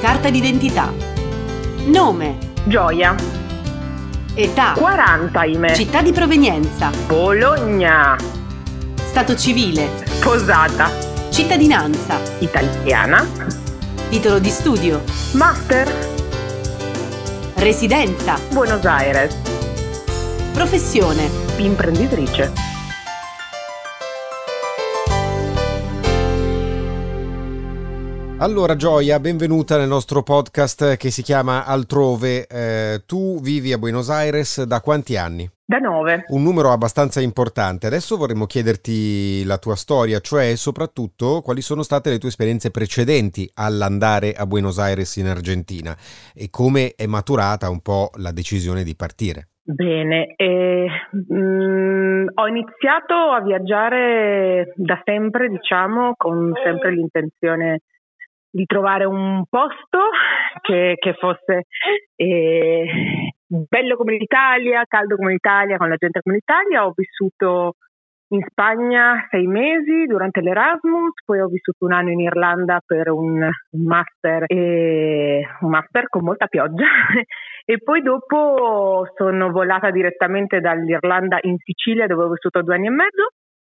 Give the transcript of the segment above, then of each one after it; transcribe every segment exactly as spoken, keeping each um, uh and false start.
Carta d'identità. Nome. Gioia. Età. quaranta, ahimè. Città di provenienza. Bologna. Stato civile. Sposata. Cittadinanza. Italiana. Titolo di studio. Master. Residenza. Buenos Aires. Professione. Imprenditrice. Allora Gioia, benvenuta nel nostro podcast che si chiama Altrove. Eh, tu vivi a Buenos Aires da quanti anni? Da nove. Un numero abbastanza importante. Adesso vorremmo chiederti la tua storia, cioè soprattutto quali sono state le tue esperienze precedenti all'andare a Buenos Aires in Argentina e come è maturata un po' la decisione di partire. Bene, eh, mh, ho iniziato a viaggiare da sempre, diciamo, con sempre l'intenzione di trovare un posto che, che fosse eh, bello come l'Italia, caldo come l'Italia, con la gente come l'Italia. Ho vissuto in Spagna sei mesi durante l'Erasmus, poi ho vissuto un anno in Irlanda per un, un master, e, un master con molta pioggia e poi dopo sono volata direttamente dall'Irlanda in Sicilia, dove ho vissuto due anni e mezzo.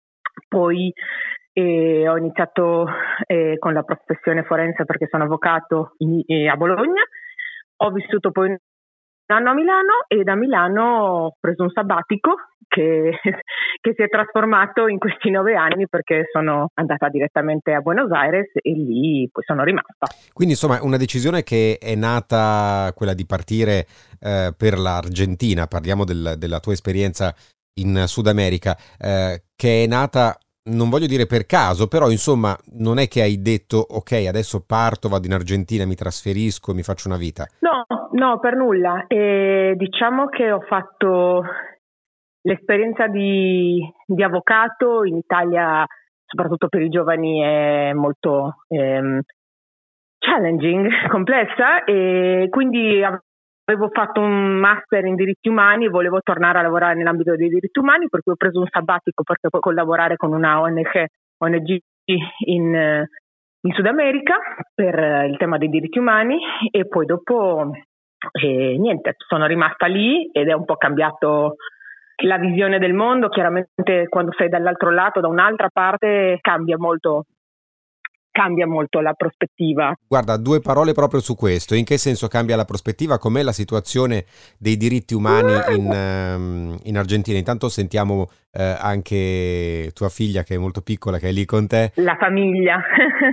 Poi eh, ho iniziato eh, con la professione forense perché sono avvocato in, eh, a Bologna. Ho vissuto poi un anno a Milano e da Milano ho preso un sabbatico che, che si è trasformato in questi nove anni perché sono andata direttamente a Buenos Aires e lì poi sono rimasta. Quindi insomma una decisione che è nata, quella di partire eh, per l'Argentina, parliamo del, della tua esperienza in Sud America, eh, che è nata, non voglio dire per caso, però insomma non è che hai detto ok adesso parto, vado in Argentina, mi trasferisco, mi faccio una vita. No, no, per nulla. E diciamo che ho fatto l'esperienza di, di avvocato in Italia, soprattutto per i giovani, è molto ehm, challenging, complessa, e quindi avevo fatto un master in diritti umani e volevo tornare a lavorare nell'ambito dei diritti umani, per cui ho preso un sabbatico perché poi collaborare con una O N G, O N G in, in Sud America per il tema dei diritti umani e poi dopo eh, niente, sono rimasta lì ed è un po' cambiato la visione del mondo. Chiaramente quando sei dall'altro lato, da un'altra parte, cambia molto cambia molto la prospettiva. Guarda, due parole proprio su questo. In che senso cambia la prospettiva? Com'è la situazione dei diritti umani in, um, in Argentina? Intanto sentiamo eh, anche tua figlia che è molto piccola, che è lì con te. La famiglia.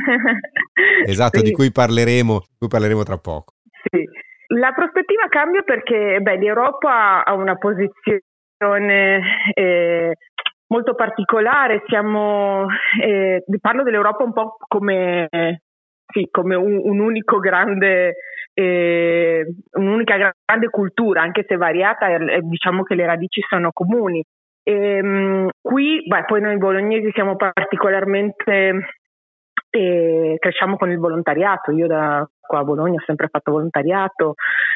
Esatto, sì. di cui parleremo, di cui parleremo tra poco. Sì. La prospettiva cambia perché beh, l'Europa ha una posizione eh, molto particolare. Siamo, eh, parlo dell'Europa un po' come, eh, sì, come un, un unico grande, eh, un'unica grande cultura, anche se variata, eh, diciamo che le radici sono comuni. E, mh, qui, beh, poi noi bolognesi siamo particolarmente, eh, cresciamo con il volontariato. Io da qua a Bologna ho sempre fatto volontariato.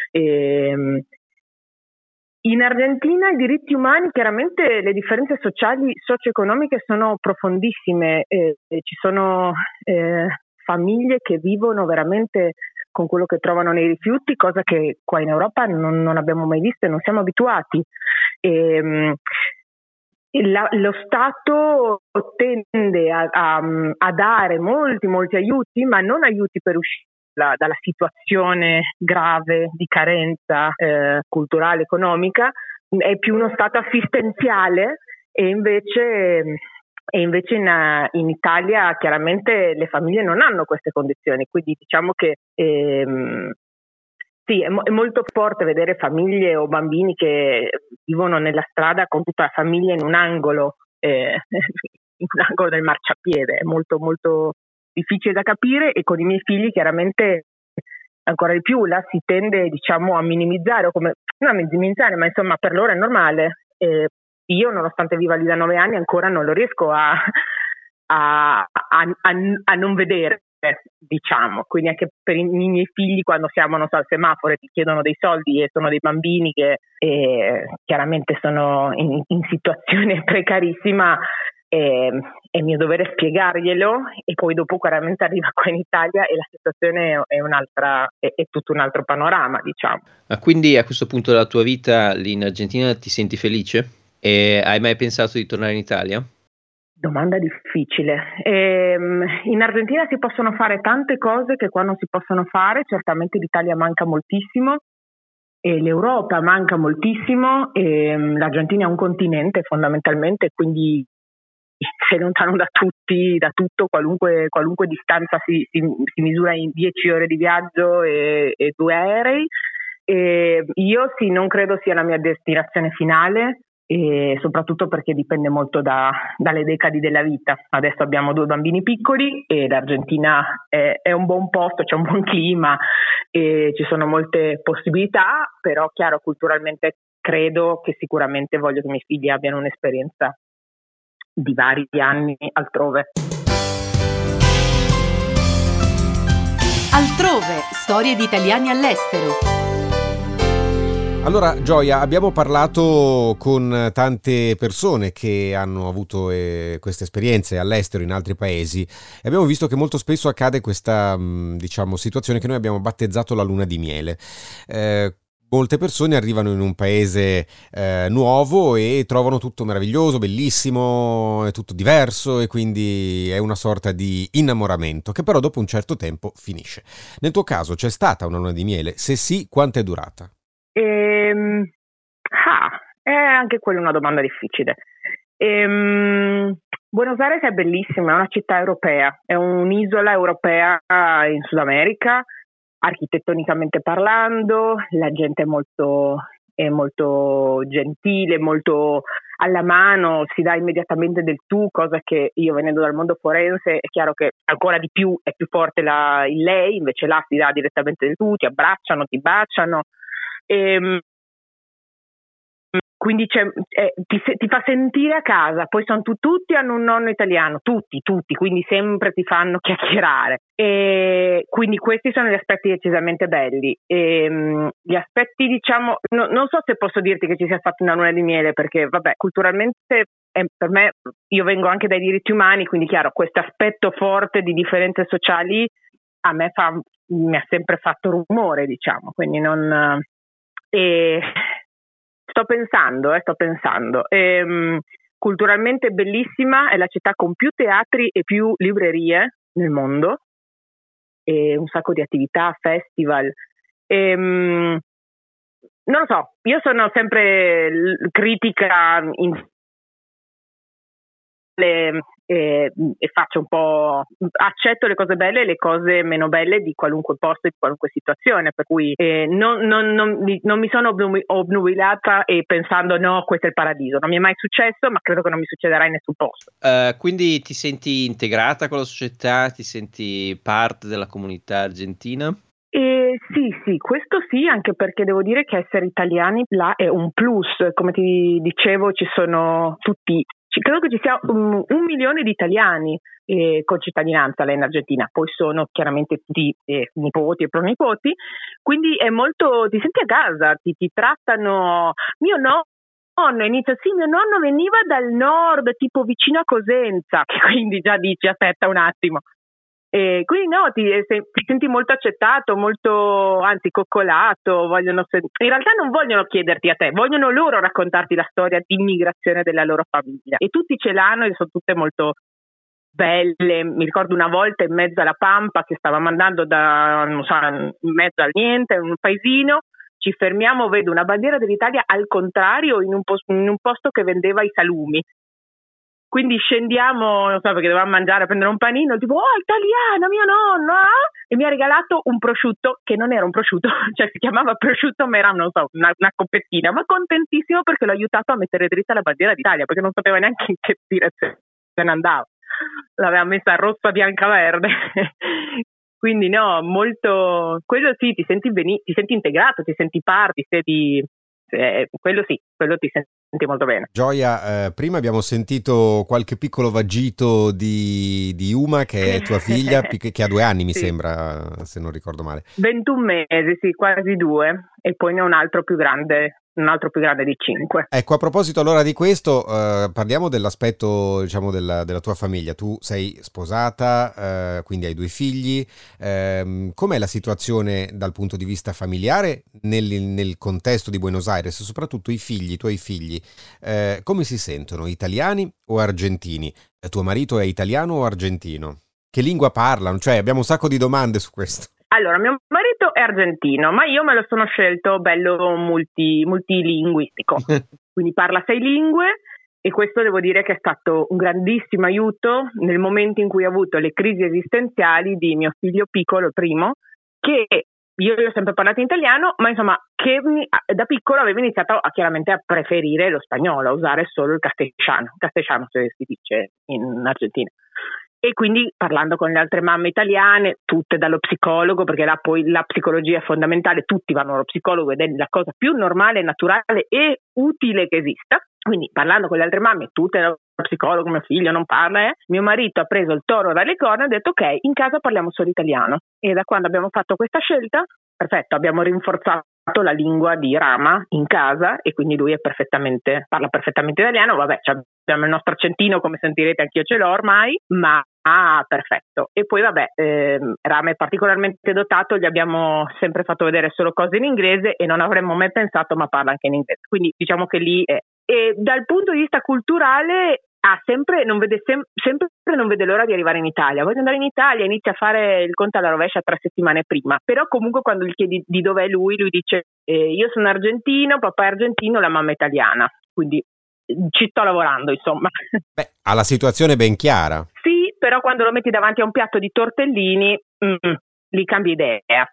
E, in Argentina i diritti umani, chiaramente le differenze sociali, socio-economiche sono profondissime, eh, ci sono eh, famiglie che vivono veramente con quello che trovano nei rifiuti, cosa che qua in Europa non, non abbiamo mai visto e non siamo abituati. E, la, lo Stato tende a, a, a dare molti, molti aiuti, ma non aiuti per uscire La, dalla situazione grave di carenza eh, culturale, economica. È più uno stato assistenziale e invece, e invece in, in Italia chiaramente le famiglie non hanno queste condizioni, quindi diciamo che ehm, sì, è, mo- è molto forte vedere famiglie o bambini che vivono nella strada con tutta la famiglia in un angolo, eh, in un angolo del marciapiede. È molto molto difficile da capire e con i miei figli chiaramente ancora di più la si tende, diciamo, a minimizzare o come non a minimizzare, ma insomma per loro è normale. Eh, io nonostante viva lì da nove anni ancora non lo riesco a, a, a, a, a non vedere, diciamo. Quindi anche per i miei figli, quando siamo, non so, al semaforo e ti chiedono dei soldi e sono dei bambini che eh, chiaramente sono in, in situazione precarissima, e è mio dovere spiegarglielo, e poi dopo chiaramente arriva qua in Italia e la situazione è un'altra, è, è tutto un altro panorama, diciamo. Ma quindi a questo punto della tua vita lì in Argentina ti senti felice? E hai mai pensato di tornare in Italia? Domanda difficile. Ehm, in Argentina si possono fare tante cose che qua non si possono fare, certamente l'Italia manca moltissimo, e l'Europa manca moltissimo, e l'Argentina è un continente fondamentalmente, quindi sei lontano da tutti, da tutto, qualunque, qualunque distanza si, si, si misura in dieci ore di viaggio e, e due aerei. E io sì, non credo sia la mia destinazione finale, e soprattutto perché dipende molto da, dalle decadi della vita. Adesso abbiamo due bambini piccoli e l'Argentina è, è un buon posto, c'è un buon clima e ci sono molte possibilità, però chiaro, culturalmente credo che sicuramente voglio che i miei figli abbiano un'esperienza di vari anni altrove. Altrove, storie di italiani all'estero. Allora, Gioia, abbiamo parlato con tante persone che hanno avuto eh, queste esperienze all'estero, in altri paesi, e abbiamo visto che molto spesso accade questa, mh, diciamo, situazione che noi abbiamo battezzato la luna di miele. Eh, molte persone arrivano in un paese eh, nuovo e trovano tutto meraviglioso, bellissimo, è tutto diverso, e quindi è una sorta di innamoramento che però dopo un certo tempo finisce. Nel tuo caso c'è stata una luna di miele? Se sì, quanto è durata? Ehm, ah, è anche quella una domanda difficile. Ehm, Buenos Aires è bellissima, è una città europea, è un'isola europea in Sud America, architettonicamente parlando, la gente è molto, è molto gentile, molto alla mano, si dà immediatamente del tu, cosa che io, venendo dal mondo forense, è chiaro che ancora di più è più forte la, il lei, invece là si dà direttamente del tu, ti abbracciano, ti baciano. E, quindi c'è, eh, ti, ti fa sentire a casa. Poi sono tu, tutti hanno un nonno italiano, tutti, tutti, quindi sempre ti fanno chiacchierare. E quindi questi sono gli aspetti decisamente belli. E, gli aspetti, diciamo, no, non so se posso dirti che ci sia stata una luna di miele, perché vabbè, culturalmente è, per me, io vengo anche dai diritti umani, quindi chiaro, questo aspetto forte di differenze sociali a me fa, mi ha sempre fatto rumore, diciamo, quindi non... E sto pensando, eh, sto pensando. E, culturalmente bellissima, è la città con più teatri e più librerie nel mondo, e un sacco di attività, festival. E, non lo so, io sono sempre critica in le, e, e faccio un po', accetto le cose belle e le cose meno belle di qualunque posto e di qualunque situazione, per cui eh, non, non, non, non mi sono obnubilata e pensando no, questo è il paradiso, non mi è mai successo, ma credo che non mi succederà in nessun posto. Uh, quindi ti senti integrata con la società, ti senti parte della comunità argentina? Eh, sì, sì, questo sì, anche perché devo dire che essere italiani là è un plus, come ti dicevo ci sono tutti, credo che ci sia un, un milione di italiani eh, con cittadinanza là in Argentina, poi sono chiaramente tutti eh, nipoti e pronipoti, quindi è molto, ti senti a casa, ti, ti trattano, mio no. Nonno inizia, sì, mio nonno veniva dal nord, tipo vicino a Cosenza, quindi già dici aspetta un attimo. E quindi no, ti, se, ti senti molto accettato, molto anzi coccolato, vogliono se, in realtà non vogliono chiederti a te, vogliono loro raccontarti la storia di immigrazione della loro famiglia, e tutti ce l'hanno e sono tutte molto belle. Mi ricordo una volta in mezzo alla pampa che stavamo andando da, non so, in mezzo al niente, in un paesino, ci fermiamo, vedo una bandiera dell'Italia al contrario in un, posto, in un posto che vendeva i salumi. Quindi scendiamo, non so, perché dovevamo mangiare, a prendere un panino, tipo, oh, italiana, mio nonno, eh? E mi ha regalato un prosciutto, che non era un prosciutto, cioè si chiamava prosciutto, ma era, non so, una, una coppettina, ma contentissimo perché l'ho aiutato a mettere dritta la bandiera d'Italia, perché non sapeva neanche in che direzione se ne andava. L'aveva messa rossa, bianca, verde. Quindi no, molto, quello sì, ti senti bene, ti senti integrato, ti senti parte, ti senti... Eh, quello sì, quello ti senti molto bene. Gioia, eh, prima abbiamo sentito qualche piccolo vagito di, di Uma, che è tua figlia, che ha due anni mi sì. sembra, se non ricordo male. ventuno mesi, sì, quasi due, e poi ne ho un altro più grande un altro più grande di cinque. Ecco, a proposito allora di questo, eh, parliamo dell'aspetto, diciamo, della, della tua famiglia. Tu sei sposata, eh, quindi hai due figli. Ehm, com'è la situazione dal punto di vista familiare nel, nel contesto di Buenos Aires, soprattutto i figli, i tuoi figli? Eh, come si sentono, italiani o argentini? Eh, tuo marito è italiano o argentino? Che lingua parlano? Cioè, abbiamo un sacco di domande su questo. Allora, mio marito è argentino, ma io me lo sono scelto bello multi, multilinguistico, quindi parla sei lingue e questo devo dire che è stato un grandissimo aiuto nel momento in cui ho avuto le crisi esistenziali di mio figlio piccolo, il primo, che io gli ho sempre parlato in italiano, ma insomma che mi, da piccolo avevo iniziato a, chiaramente a preferire lo spagnolo, a usare solo il castellano, castellano se si dice in Argentina. E quindi parlando con le altre mamme italiane, tutte dallo psicologo, perché là poi la psicologia è fondamentale, tutti vanno allo psicologo ed è la cosa più normale, naturale e utile che esista. Quindi parlando con le altre mamme, tutte dallo psicologo, mio figlio non parla, eh. Mio marito ha preso il toro dalle corna e ha detto ok, in casa parliamo solo italiano. E da quando abbiamo fatto questa scelta, perfetto, abbiamo rinforzato la lingua di Rama in casa e quindi lui è perfettamente, parla perfettamente italiano. Vabbè, abbiamo il nostro accentino, come sentirete anch'io ce l'ho ormai, ma ah, perfetto. E poi vabbè, ehm, Rama è particolarmente dotato, gli abbiamo sempre fatto vedere solo cose in inglese e non avremmo mai pensato, ma parla anche in inglese. Quindi diciamo che lì è. E dal punto di vista culturale ha sempre, non vede sem- sempre non vede l'ora di arrivare in Italia. Voglio andare in Italia, inizia a fare il conto alla rovescia tre settimane prima. Però comunque quando gli chiedi di dov'è lui, lui dice eh, io sono argentino, papà è argentino, la mamma è italiana. Quindi ci sto lavorando, insomma. Beh, ha la situazione ben chiara. Sì, però quando lo metti davanti a un piatto di tortellini, mm, lì cambi idea.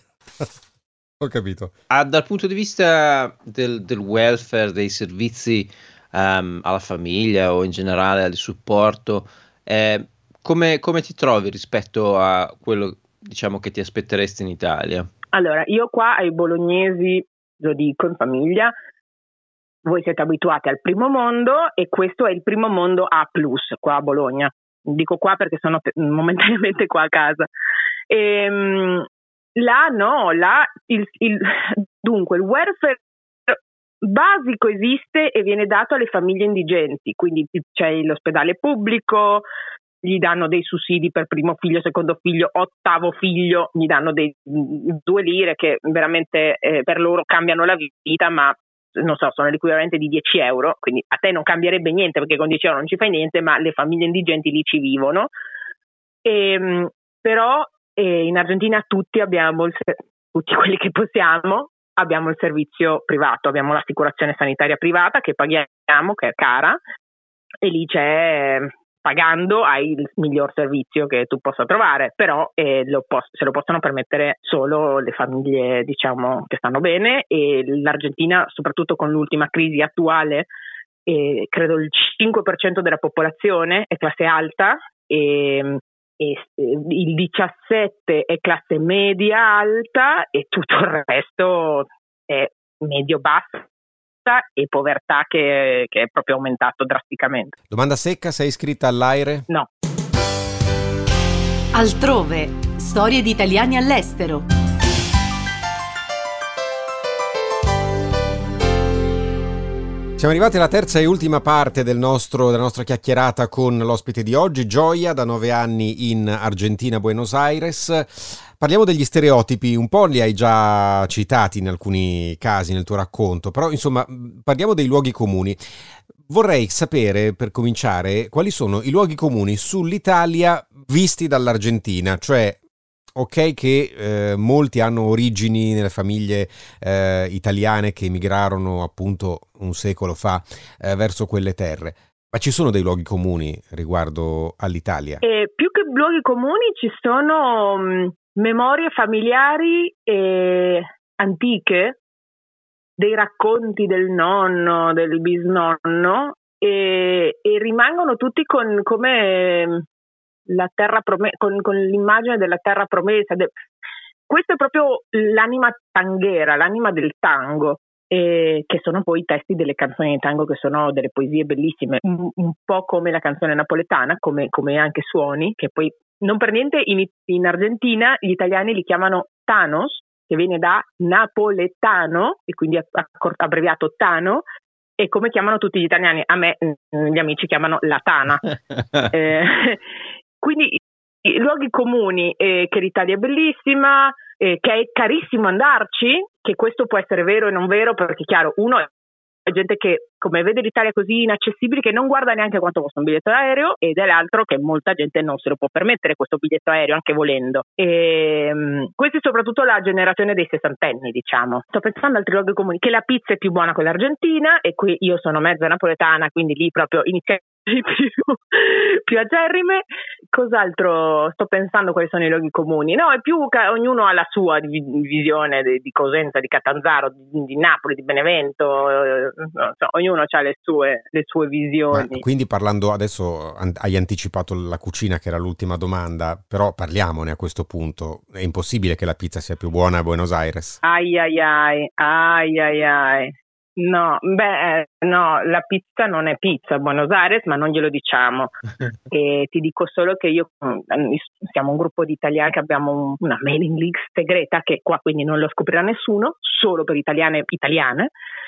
Ho capito. Ah, dal punto di vista del, del welfare, dei servizi um, alla famiglia o in generale al supporto, eh, come, come ti trovi rispetto a quello, diciamo, che ti aspetteresti in Italia? Allora, io qua ai bolognesi, lo dico in famiglia, voi siete abituati al primo mondo e questo è il primo mondo A plus qua a Bologna. Dico qua perché sono te- momentaneamente qua a casa. Ehm, là no, là il, il, dunque il welfare basico esiste e viene dato alle famiglie indigenti, quindi c'è l'ospedale pubblico, gli danno dei sussidi per primo figlio, secondo figlio, ottavo figlio, gli danno dei due lire che veramente eh, per loro cambiano la vita, ma non so, sono l'equivalente di dieci euro, quindi a te non cambierebbe niente perché con dieci euro non ci fai niente, ma le famiglie indigenti lì ci vivono. E, però eh, in Argentina tutti abbiamo, il, tutti quelli che possiamo, abbiamo il servizio privato, abbiamo l'assicurazione sanitaria privata che paghiamo, che è cara, e lì c'è, pagando hai il miglior servizio che tu possa trovare, però eh, lo poss- se lo possono permettere solo le famiglie, diciamo, che stanno bene, e l'Argentina, soprattutto con l'ultima crisi attuale, eh, credo il cinque per cento della popolazione è classe alta e E il diciassette è classe media alta e tutto il resto è medio-bassa e povertà che, che è proprio aumentato drasticamente. Domanda secca, sei iscritta all'AIRE? No. Altrove, storie di italiani all'estero. Siamo arrivati alla terza e ultima parte del nostro, della nostra chiacchierata con l'ospite di oggi, Gioia, da nove anni in Argentina, Buenos Aires. Parliamo degli stereotipi, un po' li hai già citati in alcuni casi nel tuo racconto, però insomma parliamo dei luoghi comuni. Vorrei sapere, per cominciare, quali sono i luoghi comuni sull'Italia visti dall'Argentina, cioè ok che eh, molti hanno origini nelle famiglie eh, italiane che emigrarono appunto un secolo fa eh, verso quelle terre, ma ci sono dei luoghi comuni riguardo all'Italia? E più che luoghi comuni ci sono mh, memorie familiari e antiche, dei racconti del nonno, del bisnonno e, e rimangono tutti con come la terra promessa, con, con l'immagine della terra promessa. De... Questo è proprio l'anima tanghera, l'anima del tango, eh, che sono poi i testi delle canzoni di tango, che sono delle poesie bellissime, un, un po' come la canzone napoletana, come, come anche suoni, che poi non per niente in, in Argentina gli italiani li chiamano tanos, che viene da napoletano e quindi abbreviato Tano, e come chiamano tutti gli italiani, a me gli amici chiamano la Tana. eh, quindi i luoghi comuni, eh, che l'Italia è bellissima, eh, che è carissimo andarci, che questo può essere vero e non vero, perché chiaro, uno è gente che come vede l'Italia così inaccessibile che non guarda neanche quanto costa un biglietto aereo, ed è l'altro che molta gente non se lo può permettere questo biglietto aereo anche volendo. E um, questa è soprattutto la generazione dei sessantenni, diciamo. Sto pensando ad altri luoghi comuni, che la pizza è più buona con l'Argentina, e qui io sono mezza napoletana, quindi lì proprio inizia più, più acerrime. Cos'altro sto pensando, quali sono i luoghi comuni? No, è più ognuno ha la sua visione di, di Cosenza, di Catanzaro, di, di Napoli, di Benevento, eh, non so, ognuno ha le sue, le sue visioni. Ma quindi, parlando adesso, an- hai anticipato la cucina, che era l'ultima domanda, però parliamone a questo punto. È impossibile che la pizza sia più buona a Buenos Aires. Ai ai ai, ai ai ai. No, beh, no, la pizza non è pizza a Buenos Aires, ma non glielo diciamo. E ti dico solo che io, siamo un gruppo di italiani che abbiamo una mailing list segreta, che qua quindi non lo scoprirà nessuno, solo per italiane e italiane.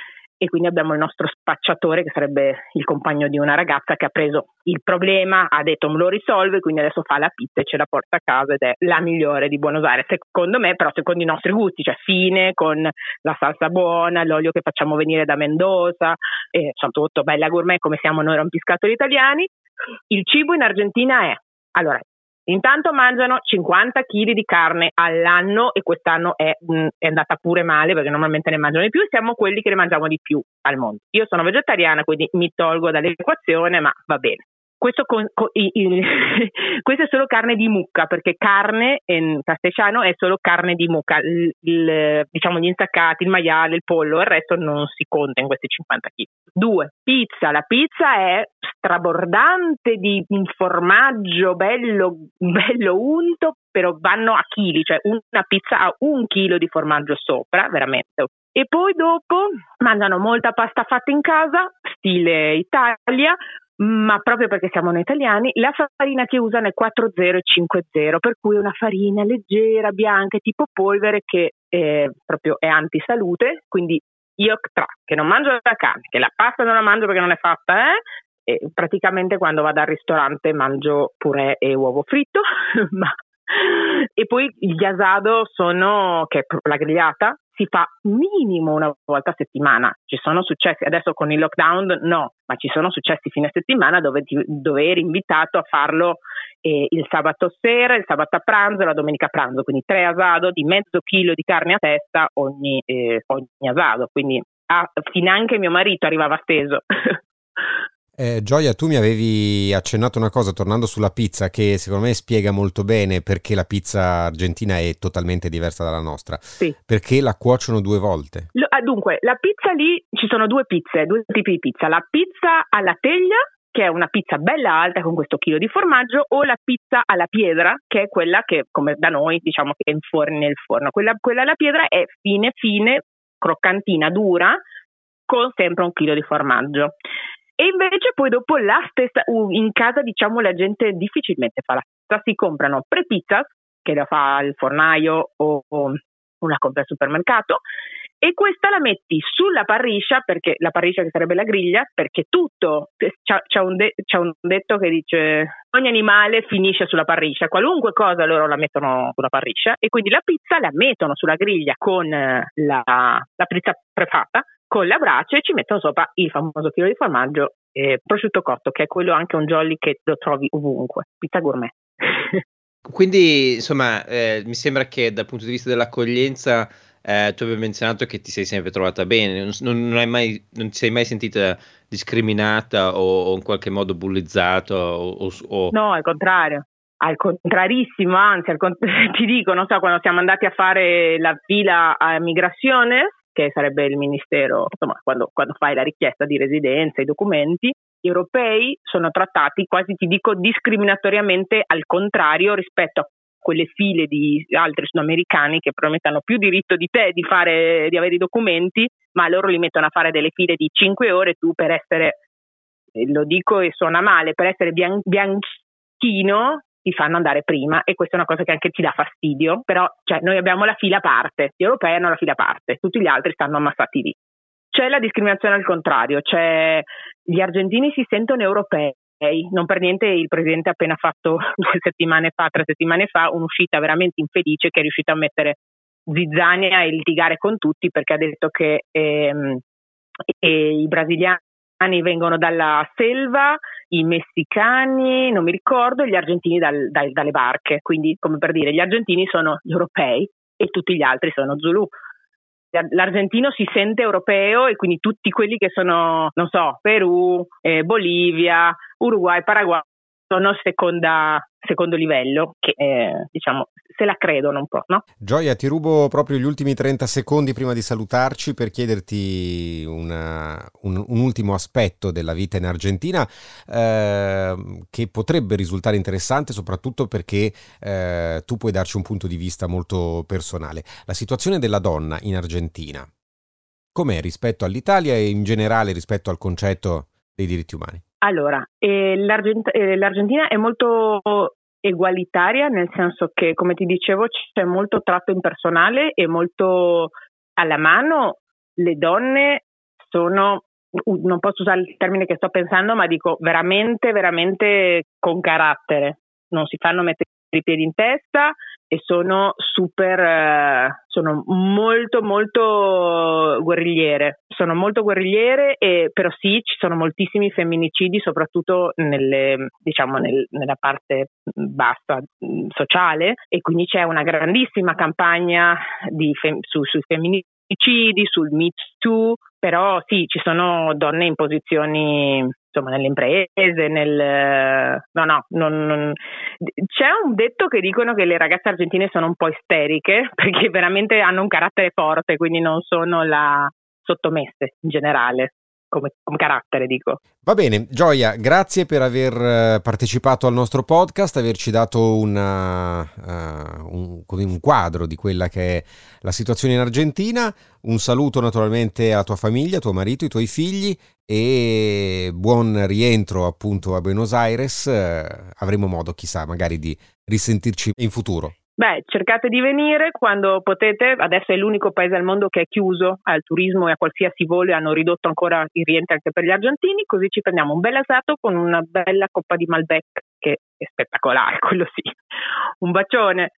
E quindi abbiamo il nostro spacciatore, che sarebbe il compagno di una ragazza, che ha preso il problema, ha detto me lo risolve, quindi adesso fa la pizza e ce la porta a casa, ed è la migliore di Buenos Aires, secondo me, però secondo i nostri gusti, cioè fine, con la salsa buona, l'olio che facciamo venire da Mendoza, e tutto bella gourmet come siamo noi rompiscatoli italiani. Il cibo in Argentina è, allora, intanto mangiano cinquanta chili di carne all'anno, e quest'anno è, mh, è andata pure male, perché normalmente ne mangiano di più, e siamo quelli che ne mangiamo di più al mondo. Io sono vegetariana, quindi mi tolgo dall'equazione, ma va bene. Questo, con, con, il, il, questo è solo carne di mucca, perché carne in castigliano è solo carne di mucca, il, il, diciamo gli insaccati, il maiale, il pollo, il resto non si conta in questi cinquanta chili. Due, pizza. La pizza è strabordante di un formaggio bello, bello unto, però vanno a chili, cioè una pizza ha un chilo di formaggio sopra, veramente. E poi dopo mangiano molta pasta fatta in casa, stile Italia, ma proprio perché siamo noi italiani, la farina che usano è quattro zero e cinque zero, per cui è una farina leggera, bianca, tipo polvere, che è proprio è antisalute. Quindi io tra che non mangio la carne, che la pasta non la mangio perché non è fatta, eh, e praticamente quando vado al ristorante mangio purè e uovo fritto, ma e poi gli asado sono, che è la grigliata, si fa minimo una volta a settimana. Ci sono successi, adesso con il lockdown no, ma ci sono successi fine settimana dove, ti, dove eri invitato a farlo eh, il sabato sera, il sabato a pranzo e la domenica a pranzo, quindi tre asado di mezzo chilo di carne a testa ogni, eh, ogni asado, quindi ah, finanche mio marito arrivava steso. Eh, Gioia, tu mi avevi accennato una cosa, tornando sulla pizza, che secondo me spiega molto bene perché la pizza argentina è totalmente diversa dalla nostra. Sì. Perché la cuociono due volte. Lo, ah, dunque, la pizza lì, ci sono due pizze, due tipi di pizza. La pizza alla teglia, che è una pizza bella alta con questo chilo di formaggio, o la pizza alla piedra, che è quella che, come da noi, diciamo che è in forno nel forno. Quella, quella alla piedra è fine fine, croccantina, dura, con sempre un chilo di formaggio. E invece poi dopo la stessa, in casa diciamo la gente difficilmente fa la pizza, si comprano pre-pizza, che la fa il fornaio o, o la compra al supermercato, e questa la metti sulla parriscia, perché la parriscia che sarebbe la griglia, perché tutto, c'è, c'è, un, de, c'è un detto che dice ogni animale finisce sulla parriscia, qualunque cosa loro la mettono sulla parriscia, e quindi la pizza la mettono sulla griglia con la, la pizza prefatta, con la brace, e ci mettono sopra il famoso chilo di formaggio e prosciutto cotto, che è quello anche un jolly che lo trovi ovunque, pizza gourmet. Quindi insomma eh, mi sembra che dal punto di vista dell'accoglienza eh, tu avevi menzionato che ti sei sempre trovata bene, non, non, hai mai, non ti sei mai sentita discriminata o, o in qualche modo bullizzata o, o... No, al contrario. Al contrarissimo, anzi, al cont- ti dico, non so, quando siamo andati a fare la fila a migrazione, che sarebbe il ministero, insomma, quando, quando fai la richiesta di residenza, i documenti, gli europei sono trattati quasi, ti dico, discriminatoriamente al contrario rispetto a quelle file di altri sudamericani che probabilmente hanno più diritto di te di fare, di avere i documenti, ma loro li mettono a fare delle file di cinque ore, tu per essere, lo dico e suona male, per essere bian- bianchino ti fanno andare prima, e questa è una cosa che anche ci dà fastidio, però cioè, noi abbiamo la fila a parte, gli europei hanno la fila a parte, tutti gli altri stanno ammassati lì. C'è la discriminazione al contrario, cioè gli argentini si sentono europei, non per niente il presidente ha appena fatto due settimane fa, tre settimane fa, un'uscita veramente infelice che è riuscita a mettere zizzania e litigare con tutti, perché ha detto che ehm, e i brasiliani vengono dalla selva, i messicani, non mi ricordo, gli argentini dal, dal, dalle barche, quindi come per dire gli argentini sono gli europei e tutti gli altri sono Zulu. L'argentino si sente europeo e quindi tutti quelli che sono, non so, Perù, eh, Bolivia, Uruguay, Paraguay sono seconda, secondo livello, che eh, diciamo se la credono un po', no? Gioia, ti rubo proprio gli ultimi trenta secondi prima di salutarci per chiederti una, un, un ultimo aspetto della vita in Argentina eh, che potrebbe risultare interessante, soprattutto perché eh, tu puoi darci un punto di vista molto personale. La situazione della donna in Argentina, com'è rispetto all'Italia e in generale rispetto al concetto dei diritti umani? Allora, eh, l'Argent- eh, l'Argentina è molto egualitaria, nel senso che, come ti dicevo, c'è molto tratto impersonale e molto alla mano. Le donne sono, non posso usare il termine che sto pensando, ma dico veramente, veramente con carattere. Non si fanno mettere i piedi in testa e sono super, eh, sono molto molto guerrigliere, sono molto guerrigliere e però sì, ci sono moltissimi femminicidi, soprattutto nelle, diciamo nel, nella parte bassa mh, sociale, e quindi c'è una grandissima campagna di fem- su, sui femminicidi, sul Me Too, però sì, ci sono donne in posizioni, insomma, nelle imprese, nel no no non, non c'è un detto che dicono che le ragazze argentine sono un po' isteriche perché veramente hanno un carattere forte, quindi non sono la sottomesse in generale come, come carattere, dico. Va bene, Gioia, grazie per aver partecipato al nostro podcast, averci dato una, uh, un, un quadro di quella che è la situazione in Argentina. Un saluto naturalmente alla tua famiglia, tuo marito, i tuoi figli e buon rientro appunto a Buenos Aires. Uh, avremo modo, chissà, magari di risentirci in futuro. Beh, cercate di venire quando potete, adesso è l'unico paese al mondo che è chiuso al turismo e a qualsiasi volo e hanno ridotto ancora i rientri anche per gli argentini, così ci prendiamo un bel asato con una bella coppa di Malbec che è spettacolare, quello sì. Un bacione!